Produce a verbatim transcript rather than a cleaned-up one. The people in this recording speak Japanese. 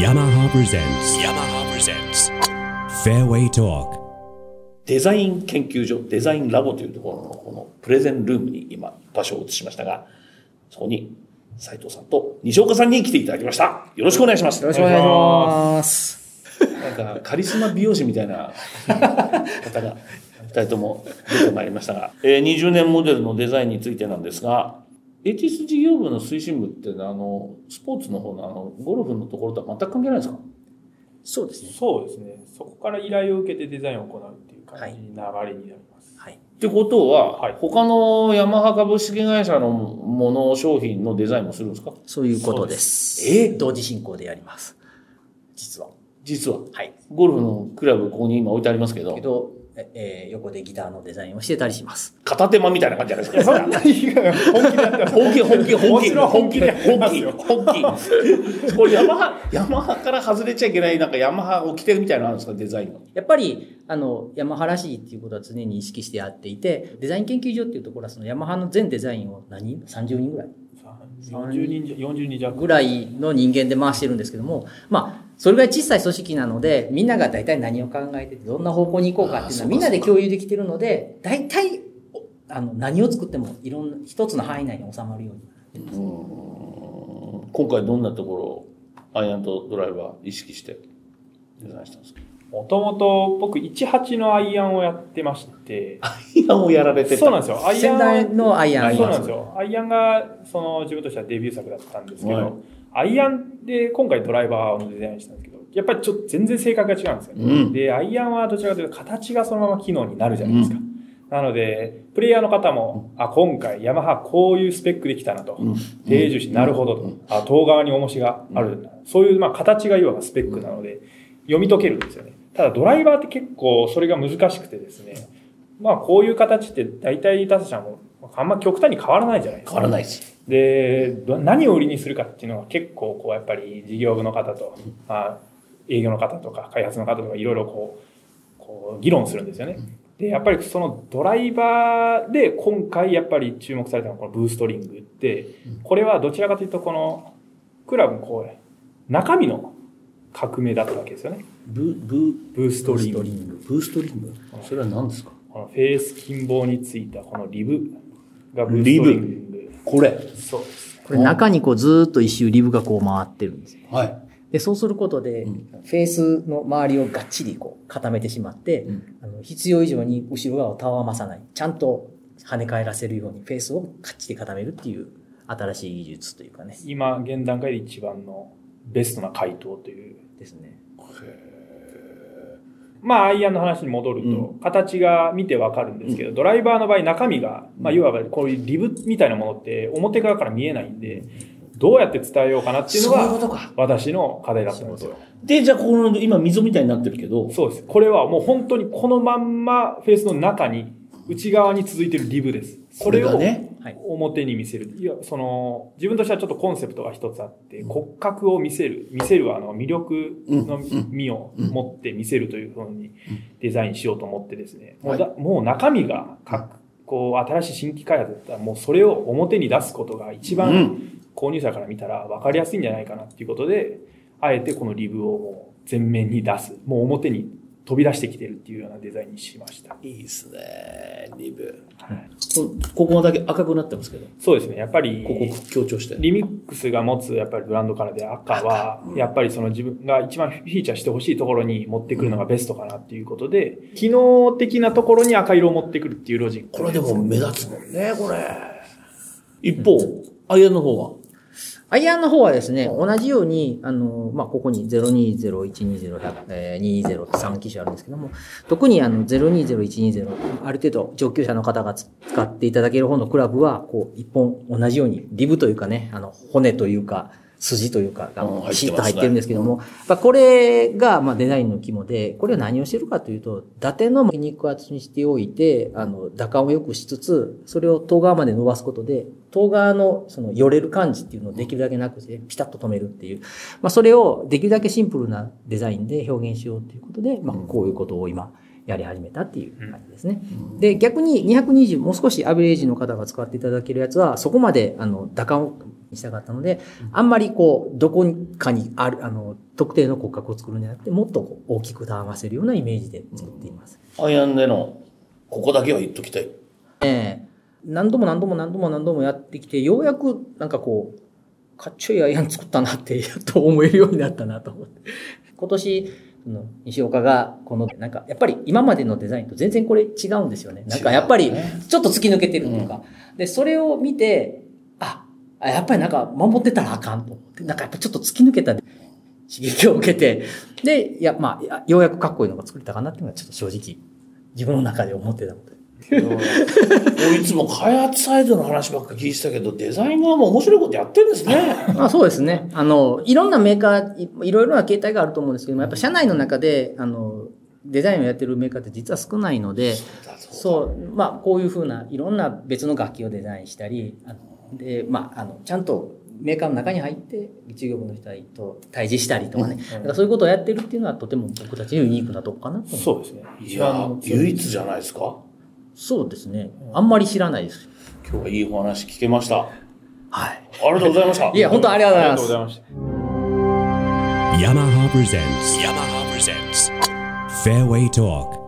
Yamaha presents Yamaha presents Fairway Talk。 デザイン研究所、デザインラボというところのこのプレゼンルームに今場所を移しましたが、そこに斉藤さんと西岡さんに来ていただきました。よろしくお願いします。 よろしくお願いします。 なんかカリスマ美容師みたいな方がふたりとも出てまいりましたが、えー、にじゅうねんモデルのデザインについてなんですが、エーティーエス 事業部の推進部ってあのスポーツの方のあのゴルフのところとは全く関係ないですか？ そうですね。 そうですね。そこから依頼を受けてデザインを行うっていう感じ、流れになります。 はい。 ってことは、 はい、 他のヤマハ株式会社のもの商品のデザインもするんですか？ そういうことです。 えー、 同時進行でやります。実は。 実は。 はい。 ゴルフのクラブここに今置いてありますけど。 けど、えー、横でギターのデザインをしてたりします。 片手間みたいな感じじゃないですか。 そんなに本気でやってます。 本気、本気、本気。 もちろん本気で、本気、本気。これヤマハ、ヤマハから外れちゃいけない、なんかヤマハを着てるみたいなのあるんですか、デザインの。 やっぱり、あの、ヤマハらしいっていうことは常に意識してやっていて、デザイン研究所っていうところは、そのヤマハの全デザインを何人 ?さんじゅう 人ぐらいよんじゅうにん、よんじゅうにん弱ぐらいの人間で回してるんですけども、まあ、それぐらい小さい組織なので、みんなが大体何を考えてて、どんな方向に行こうかっていうのはみんなで共有できてるので、大体、あの、何を作ってもいろんな、一つの範囲内に収まるようになってます。 うーん、今回どんなところをアイアンとドライバー意識してデザインしたんですか？ もともと僕じゅうはちのアイアンをやってまして。 アイアンをやられてた。 そうなんですよ。アイアン。 先代のアイアン。 そうなんですよ。アイアンが、その自分としてはデビュー作だったんですけど、はい、アイアンで今回ドライバーのデザインしたんですけど、やっぱりちょっと全然性格が違うんですよね。うん、で、アイアンはどちらかというと形がそのまま機能になるじゃないですか。うん、なので、プレイヤーの方も、あ、今回ヤマハこういうスペックできたなと。うん、低重視、なるほどと。うん、あ、遠側に重しがある。うん、そういう、まあ、形がいわばスペックなので、読み解けるんですよね。ただドライバーって結構それが難しくてですね、まあこういう形って大体他社もあんま極端に変わらないじゃないですか。 変わらないです。 で、何を売りにするかっていうのは結構こうやっぱり事業部の方と、まあ、営業の方とか開発の方とかいろいろこう、こう議論するんですよね。で、やっぱりそのドライバーで今回やっぱり注目されたのはこのブーストリングって、これはどちらかというとこのクラブのこう中身の革命だったわけですよね。 ブ、ブ、 ブーストリング。 ブーストリング。それは何ですか？ このフェース近傍についたこのリブがブーストリング。リブ。 これ。 そうです。 これ中にこうずーっと一周リブがこう回ってるんですよ。 はい。 で、そうすることで、うん、フェースの周りをがっちりこう固めてしまって、うん、あの必要以上に後ろ側をたわまさない。ちゃんと跳ね返らせるようにフェースをかっちり固めるっていう新しい技術というかね。 今、現段階で一番のベストな回答という。 ですね。 まあ、アイアンの話に戻ると、うん、形が見てわかるんですけど、うん、ドライバーの場合中身が、まあ、いわばこういうリブみたいなものって表側から見えないんで、どうやって伝えようかなっていうのが、私の課題だったんですよ。 で、じゃあ、この、今溝みたいになってるけど。 そうです。これはもう本当にこのまんまフェースの中に、内側に続いてるリブです。それを表に見せる。いや、その、自分としてはちょっとコンセプトが一つあって、骨格を見せる。見せるはあの魅力の身を持って見せるというふうにデザインしようと思ってですね。もうだ、もう中身がこう、新しい新規開発だったら、もうそれを表に出すことが一番購入者から見たら分かりやすいんじゃないかなっていうことで、あえてこのリブをもう前面に出す。もう表に飛び出してきてるっていうようなデザインにしました。 いいですね、リブ。はい、ここだけ赤くなってますけど。 そうですね。やっぱり、 ここ強調して。 リミックスが持つやっぱりブランドカラーで赤は、やっぱりその自分が一番フィーチャーしてほしいところに持ってくるのがベストかなっていうことで、うん、機能的なところに赤色を持ってくるっていうロジック。 これでも目立つもんね、これ。一方、アイアンの方はアイアンの方はですね、同じように、あの、まあ、ここにゼロにゼロいちにゼロひゃく、えー、にじゅうゼロってさん機種あるんですけども、特にあの、ゼロにゼロいちにゼロ、ある程度上級者の方が使っていただける方のクラブは、こう、一本同じように、リブというかね、あの、骨というか、筋というかがシーッと入ってるんですけども、まあ、これがまあデザインの肝で、これは何をしてるかというと、打点の肉厚にしておいて、あの、打感を良くしつつ、それを遠側まで伸ばすことで、遠側のその寄れる感じっていうのをできるだけなくしてピタッと止めるっていう、まあそれをできるだけシンプルなデザインで表現しようということで、まあこういうことを今やり始めたっていう感じですね。で、逆ににひゃくにじゅう、もう少しアベレージの方が使っていただけるやつは、そこまであの打感をしたかったので、あんまりこう、どこかにある、あの、特定の骨格を作るんじゃなくて、もっとこう大きく合わせるようなイメージで作っています。 アイアンでの、ここだけは言っときたい。 ええ何度も何度も何度も何度もやってきて、ようやくなんかこう、かっちょいいアイアン作ったなって、やっと思えるようになったなと思って。今年、西岡が、この、なんか、やっぱり今までのデザインと全然これ違うんですよね。なんかやっぱり、ちょっと突き抜けてるというか。うん、で、それを見て、あ、やっぱりなんか守ってたらあかんと思って、なんかやっぱちょっと突き抜けた刺激を受けて、で、いや、まあ、ようやくかっこいいのが作れたかなっていうのがちょっと正直、自分の中で思ってたので。 いつも開発サイドの話ばっか聞いてたけど、デザイナーも面白いことやってるんですね。 まあそうですね。あの、いろんなメーカーい、いろいろな形態があると思うんですけども、やっぱ社内の中で、あの、デザインをやってるメーカーって実は少ないので、そう、まあこういうふうないろんな別の楽器をデザインしたり、あので、まあ、あの、ちゃんとメーカーの中に入って、事業部の人と対峙したりとかね、うん、だからそういうことをやってるっていうのはとても僕たちのユニークなとこかなと思う。 そうですね。 いや、唯一じゃないですか。 そうですね。あんまり知らないです。 今日はいいお話聞けました。 はい。 ありがとうございました。 いや、本当ありがとうございます。 Yamaha presents Yamaha presents Fairway Talk